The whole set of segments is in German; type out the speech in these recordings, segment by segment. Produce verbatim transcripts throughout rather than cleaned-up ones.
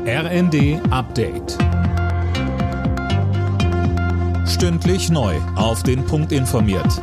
R N D Update. Stündlich neu auf den Punkt informiert.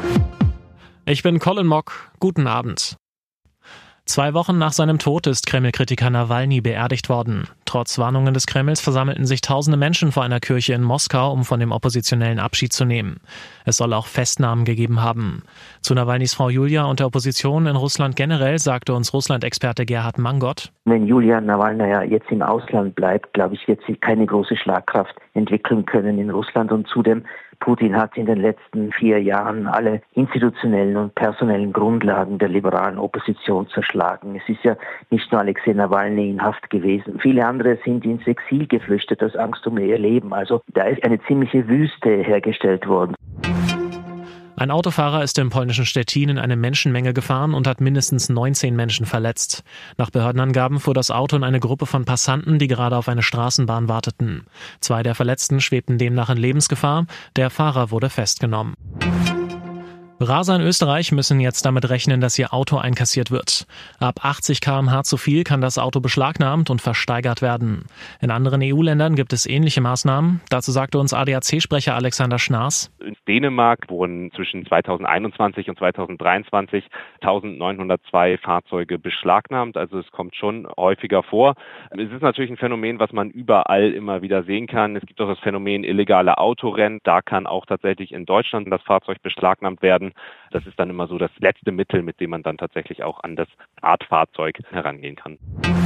Ich bin Colin Mock. Guten Abend. Zwei Wochen nach seinem Tod ist Kreml-Kritiker Nawalny beerdigt worden. Trotz Warnungen des Kremls versammelten sich tausende Menschen vor einer Kirche in Moskau, um von dem Oppositionellen Abschied zu nehmen. Es soll auch Festnahmen gegeben haben. Zu Nawalnys Frau Julia und der Opposition in Russland generell sagte uns Russland-Experte Gerhard Mangot: Wenn Julia Nawalny jetzt im Ausland bleibt, glaube ich, wird sie keine große Schlagkraft entwickeln können in Russland. Und zudem, Putin hat in den letzten vier Jahren alle institutionellen und personellen Grundlagen der liberalen Opposition zerschlagen. Es ist ja nicht nur Alexei Nawalny in Haft gewesen. Viele andere sind ins Exil geflüchtet aus Angst um ihr Leben. Also da ist eine ziemliche Wüste hergestellt worden. Ein Autofahrer ist im polnischen Stettin in eine Menschenmenge gefahren und hat mindestens neunzehn Menschen verletzt. Nach Behördenangaben fuhr das Auto in eine Gruppe von Passanten, die gerade auf eine Straßenbahn warteten. Zwei der Verletzten schwebten demnach in Lebensgefahr. Der Fahrer wurde festgenommen. Raser in Österreich müssen jetzt damit rechnen, dass ihr Auto einkassiert wird. Ab achtzig Kilometer pro Stunde zu viel kann das Auto beschlagnahmt und versteigert werden. In anderen E U-Ländern gibt es ähnliche Maßnahmen. Dazu sagte uns A D A C-Sprecher Alexander Schnaas: In Dänemark wurden zwischen zweitausendeinundzwanzig und zweitausenddreiundzwanzig eintausendneunhundertzwei Fahrzeuge beschlagnahmt. Also es kommt schon häufiger vor. Es ist natürlich ein Phänomen, was man überall immer wieder sehen kann. Es gibt auch das Phänomen illegale Autorennen. Da kann auch tatsächlich in Deutschland das Fahrzeug beschlagnahmt werden. Das ist dann immer so das letzte Mittel, mit dem man dann tatsächlich auch an das Art Fahrzeug herangehen kann.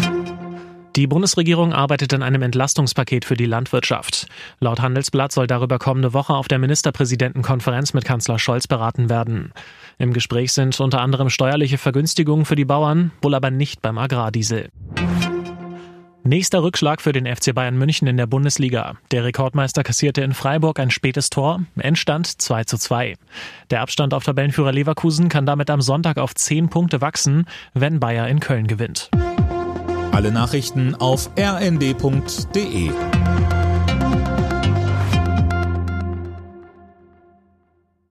Die Bundesregierung arbeitet an einem Entlastungspaket für die Landwirtschaft. Laut Handelsblatt soll darüber kommende Woche auf der Ministerpräsidentenkonferenz mit Kanzler Scholz beraten werden. Im Gespräch sind unter anderem steuerliche Vergünstigungen für die Bauern, wohl aber nicht beim Agrardiesel. Nächster Rückschlag für den F C Bayern München in der Bundesliga. Der Rekordmeister kassierte in Freiburg ein spätes Tor, Endstand zwei zu zwei. Der Abstand auf Tabellenführer Leverkusen kann damit am Sonntag auf zehn Punkte wachsen, wenn Bayer in Köln gewinnt. Alle Nachrichten auf r n d punkt d e.